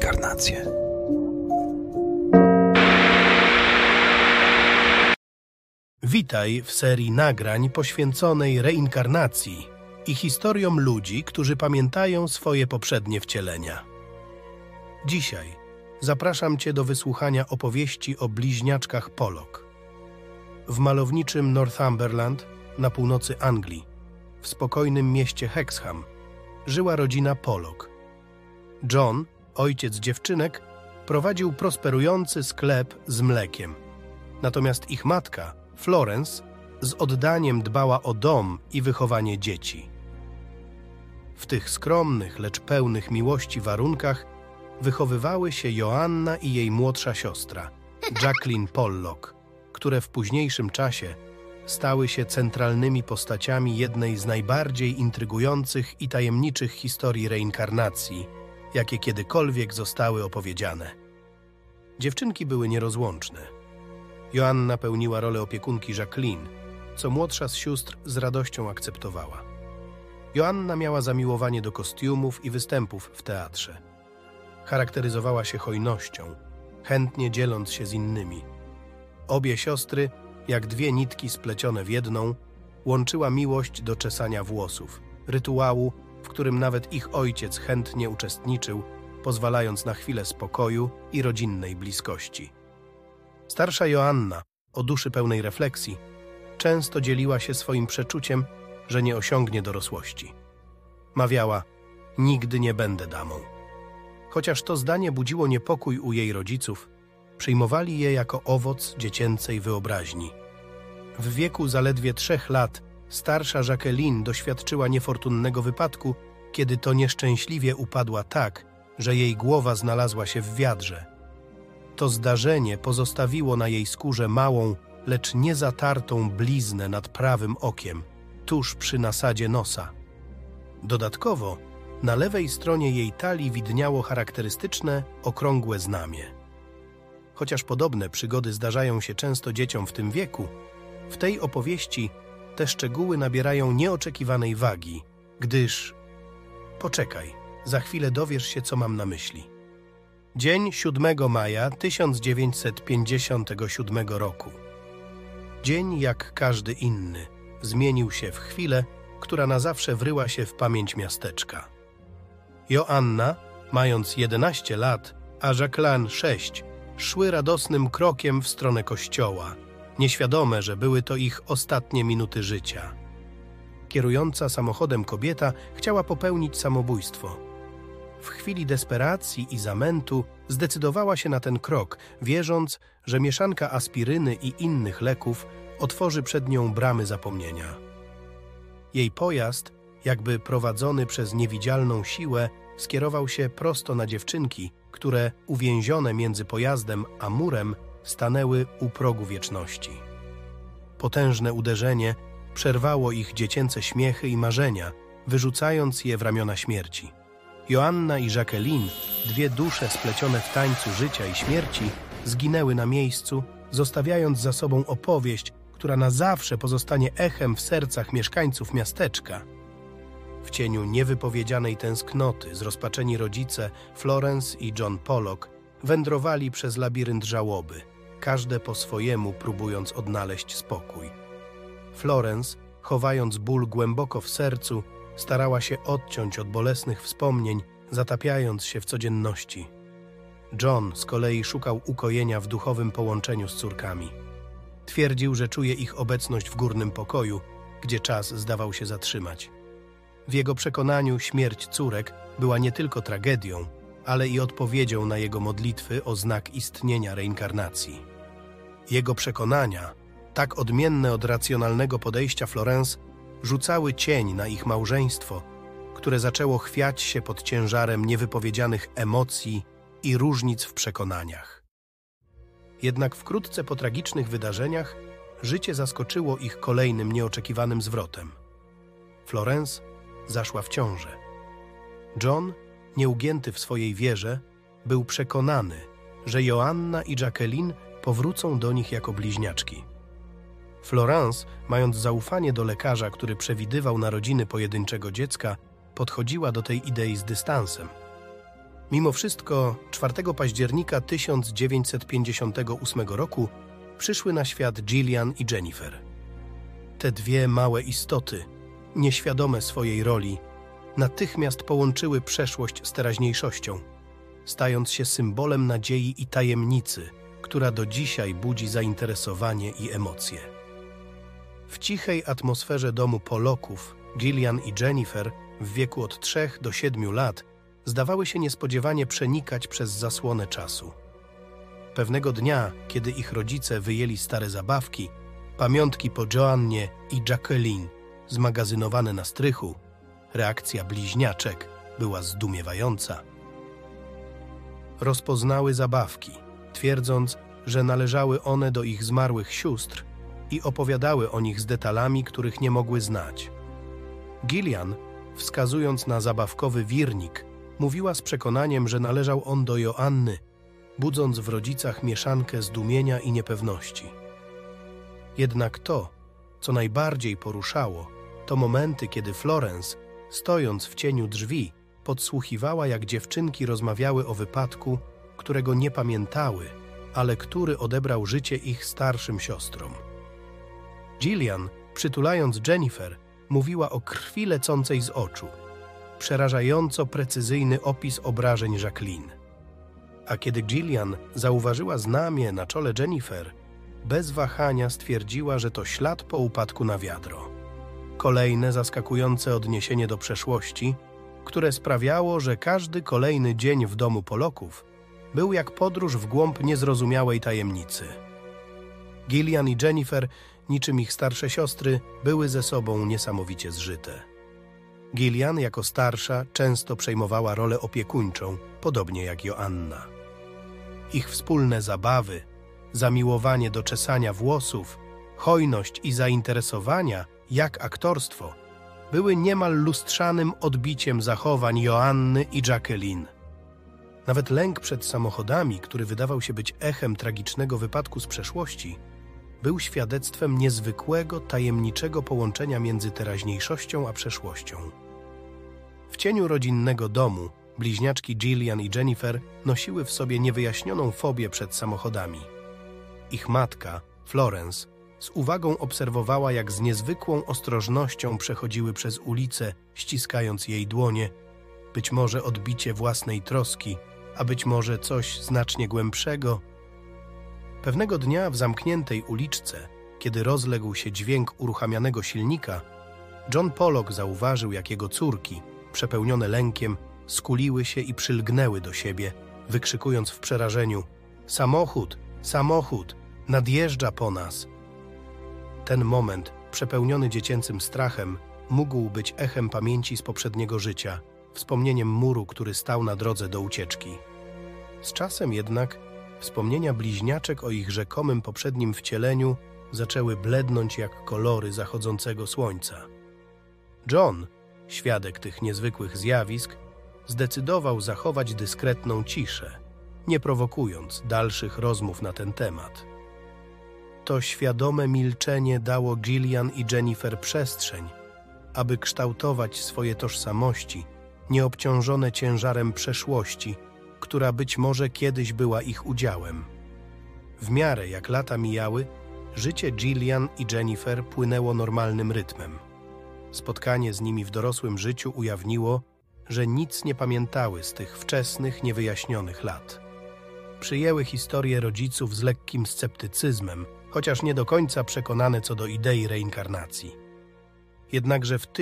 reinkarnację. Witaj w serii nagrań poświęconej reinkarnacji i historiom ludzi, którzy pamiętają swoje poprzednie wcielenia. Dzisiaj zapraszam Cię do wysłuchania opowieści o bliźniaczkach Pollock. W malowniczym Northumberland, na północy Anglii, w spokojnym mieście Hexham, żyła rodzina Pollock. John, ojciec dziewczynek, prowadził prosperujący sklep z mlekiem. Natomiast ich matka, Florence, z oddaniem dbała o dom i wychowanie dzieci. W tych skromnych, lecz pełnych miłości warunkach wychowywały się Joanna i jej młodsza siostra, Jacqueline Pollock, które w późniejszym czasie stały się centralnymi postaciami jednej z najbardziej intrygujących i tajemniczych historii reinkarnacji, jakie kiedykolwiek zostały opowiedziane. Dziewczynki były nierozłączne. Joanna pełniła rolę opiekunki Jacqueline, co młodsza z sióstr z radością akceptowała. Joanna miała zamiłowanie do kostiumów i występów w teatrze. Charakteryzowała się hojnością, chętnie dzieląc się z innymi. Obie siostry, jak dwie nitki splecione w jedną, łączyła miłość do czesania włosów, rytuału, w którym nawet ich ojciec chętnie uczestniczył, pozwalając na chwilę spokoju i rodzinnej bliskości. Starsza Joanna, o duszy pełnej refleksji, często dzieliła się swoim przeczuciem, że nie osiągnie dorosłości. Mawiała: nigdy nie będę damą. Chociaż to zdanie budziło niepokój u jej rodziców, przyjmowali je jako owoc dziecięcej wyobraźni. W wieku zaledwie 3 lat starsza Jacqueline doświadczyła niefortunnego wypadku, kiedy to nieszczęśliwie upadła tak, że jej głowa znalazła się w wiadrze. To zdarzenie pozostawiło na jej skórze małą, lecz niezatartą bliznę nad prawym okiem, tuż przy nasadzie nosa. Dodatkowo na lewej stronie jej talii widniało charakterystyczne, okrągłe znamie. Chociaż podobne przygody zdarzają się często dzieciom w tym wieku, w tej opowieści te szczegóły nabierają nieoczekiwanej wagi, gdyż... Poczekaj, za chwilę dowiesz się, co mam na myśli. Dzień 7 maja 1957 roku. Dzień, jak każdy inny, zmienił się w chwilę, która na zawsze wryła się w pamięć miasteczka. Joanna, mając 11 lat, a Jacqueline 6, szły radosnym krokiem w stronę kościoła, nieświadome, że były to ich ostatnie minuty życia. Kierująca samochodem kobieta chciała popełnić samobójstwo. W chwili desperacji i zamętu zdecydowała się na ten krok, wierząc, że mieszanka aspiryny i innych leków otworzy przed nią bramy zapomnienia. Jej pojazd, jakby prowadzony przez niewidzialną siłę, skierował się prosto na dziewczynki, które, uwięzione między pojazdem a murem, stanęły u progu wieczności. Potężne uderzenie przerwało ich dziecięce śmiechy i marzenia, wyrzucając je w ramiona śmierci. Joanna i Jacqueline, dwie dusze splecione w tańcu życia i śmierci, zginęły na miejscu, zostawiając za sobą opowieść, która na zawsze pozostanie echem w sercach mieszkańców miasteczka. W cieniu niewypowiedzianej tęsknoty zrozpaczeni rodzice Florence i John Pollock wędrowali przez labirynt żałoby, każde po swojemu próbując odnaleźć spokój. Florence, chowając ból głęboko w sercu, starała się odciąć od bolesnych wspomnień, zatapiając się w codzienności. John z kolei szukał ukojenia w duchowym połączeniu z córkami. Twierdził, że czuje ich obecność w górnym pokoju, gdzie czas zdawał się zatrzymać. W jego przekonaniu śmierć córek była nie tylko tragedią, ale i odpowiedzią na jego modlitwy o znak istnienia reinkarnacji. Jego przekonania, tak odmienne od racjonalnego podejścia Florence, rzucały cień na ich małżeństwo, które zaczęło chwiać się pod ciężarem niewypowiedzianych emocji i różnic w przekonaniach. Jednak wkrótce po tragicznych wydarzeniach życie zaskoczyło ich kolejnym nieoczekiwanym zwrotem. Florence zaszła w ciążę. John, nieugięty w swojej wierze, był przekonany, że Joanna i Jacqueline powrócą do nich jako bliźniaczki. Florence, mając zaufanie do lekarza, który przewidywał narodziny pojedynczego dziecka, podchodziła do tej idei z dystansem. Mimo wszystko 4 października 1958 roku przyszły na świat Gillian i Jennifer. Te dwie małe istoty, nieświadome swojej roli, natychmiast połączyły przeszłość z teraźniejszością, stając się symbolem nadziei i tajemnicy, która do dzisiaj budzi zainteresowanie i emocje. W cichej atmosferze domu Pollocków Gillian i Jennifer w wieku od 3 do 7 lat zdawały się niespodziewanie przenikać przez zasłonę czasu. Pewnego dnia, kiedy ich rodzice wyjęli stare zabawki, pamiątki po Joannie i Jacqueline, zmagazynowane na strychu, reakcja bliźniaczek była zdumiewająca. Rozpoznały zabawki, twierdząc, że należały one do ich zmarłych sióstr i opowiadały o nich z detalami, których nie mogły znać. Gillian, wskazując na zabawkowy wirnik, mówiła z przekonaniem, że należał on do Joanny, budząc w rodzicach mieszankę zdumienia i niepewności. Jednak to, co najbardziej poruszało, to momenty, kiedy Florence, stojąc w cieniu drzwi, podsłuchiwała, jak dziewczynki rozmawiały o wypadku, którego nie pamiętały, ale który odebrał życie ich starszym siostrom. Gillian, przytulając Jennifer, mówiła o krwi lecącej z oczu, przerażająco precyzyjny opis obrażeń Jacqueline. A kiedy Gillian zauważyła znamię na czole Jennifer, bez wahania stwierdziła, że to ślad po upadku na wiadro. Kolejne zaskakujące odniesienie do przeszłości, które sprawiało, że każdy kolejny dzień w domu Pollocków był jak podróż w głąb niezrozumiałej tajemnicy. Gillian i Jennifer, niczym ich starsze siostry, były ze sobą niesamowicie zżyte. Gillian jako starsza często przejmowała rolę opiekuńczą, podobnie jak Joanna. Ich wspólne zabawy, zamiłowanie do czesania włosów, hojność i zainteresowania, jak aktorstwo, były niemal lustrzanym odbiciem zachowań Joanny i Jacqueline. Nawet lęk przed samochodami, który wydawał się być echem tragicznego wypadku z przeszłości, był świadectwem niezwykłego, tajemniczego połączenia między teraźniejszością a przeszłością. W cieniu rodzinnego domu bliźniaczki Gillian i Jennifer nosiły w sobie niewyjaśnioną fobię przed samochodami. Ich matka, Florence, z uwagą obserwowała, jak z niezwykłą ostrożnością przechodziły przez ulicę, ściskając jej dłonie, być może odbicie własnej troski, a być może coś znacznie głębszego. Pewnego dnia w zamkniętej uliczce, kiedy rozległ się dźwięk uruchamianego silnika, John Pollock zauważył, jak jego córki, przepełnione lękiem, skuliły się i przylgnęły do siebie, wykrzykując w przerażeniu: „Samochód! Samochód! Nadjeżdża po nas!” Ten moment, przepełniony dziecięcym strachem, mógł być echem pamięci z poprzedniego życia, wspomnieniem muru, który stał na drodze do ucieczki. Z czasem jednak wspomnienia bliźniaczek o ich rzekomym poprzednim wcieleniu zaczęły blednąć jak kolory zachodzącego słońca. John, świadek tych niezwykłych zjawisk, zdecydował zachować dyskretną ciszę, nie prowokując dalszych rozmów na ten temat. To świadome milczenie dało Gillian i Jennifer przestrzeń, aby kształtować swoje tożsamości, nieobciążone ciężarem przeszłości, która być może kiedyś była ich udziałem. W miarę jak lata mijały, życie Gillian i Jennifer płynęło normalnym rytmem. Spotkanie z nimi w dorosłym życiu ujawniło, że nic nie pamiętały z tych wczesnych, niewyjaśnionych lat. Przyjęły historię rodziców z lekkim sceptycyzmem, chociaż nie do końca przekonane co do idei reinkarnacji. Jednakże w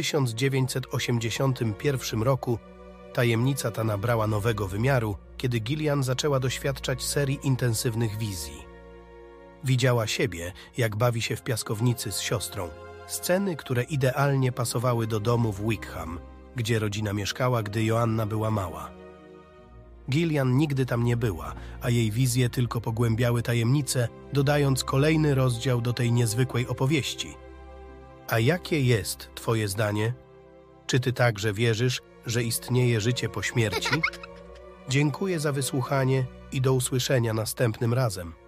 1981 roku tajemnica ta nabrała nowego wymiaru, kiedy Gillian zaczęła doświadczać serii intensywnych wizji. Widziała siebie, jak bawi się w piaskownicy z siostrą, sceny, które idealnie pasowały do domu w Wickham, gdzie rodzina mieszkała, gdy Joanna była mała. Gillian nigdy tam nie była, a jej wizje tylko pogłębiały tajemnicę, dodając kolejny rozdział do tej niezwykłej opowieści. A jakie jest twoje zdanie? Czy ty także wierzysz, że istnieje życie po śmierci? Dziękuję za wysłuchanie i do usłyszenia następnym razem.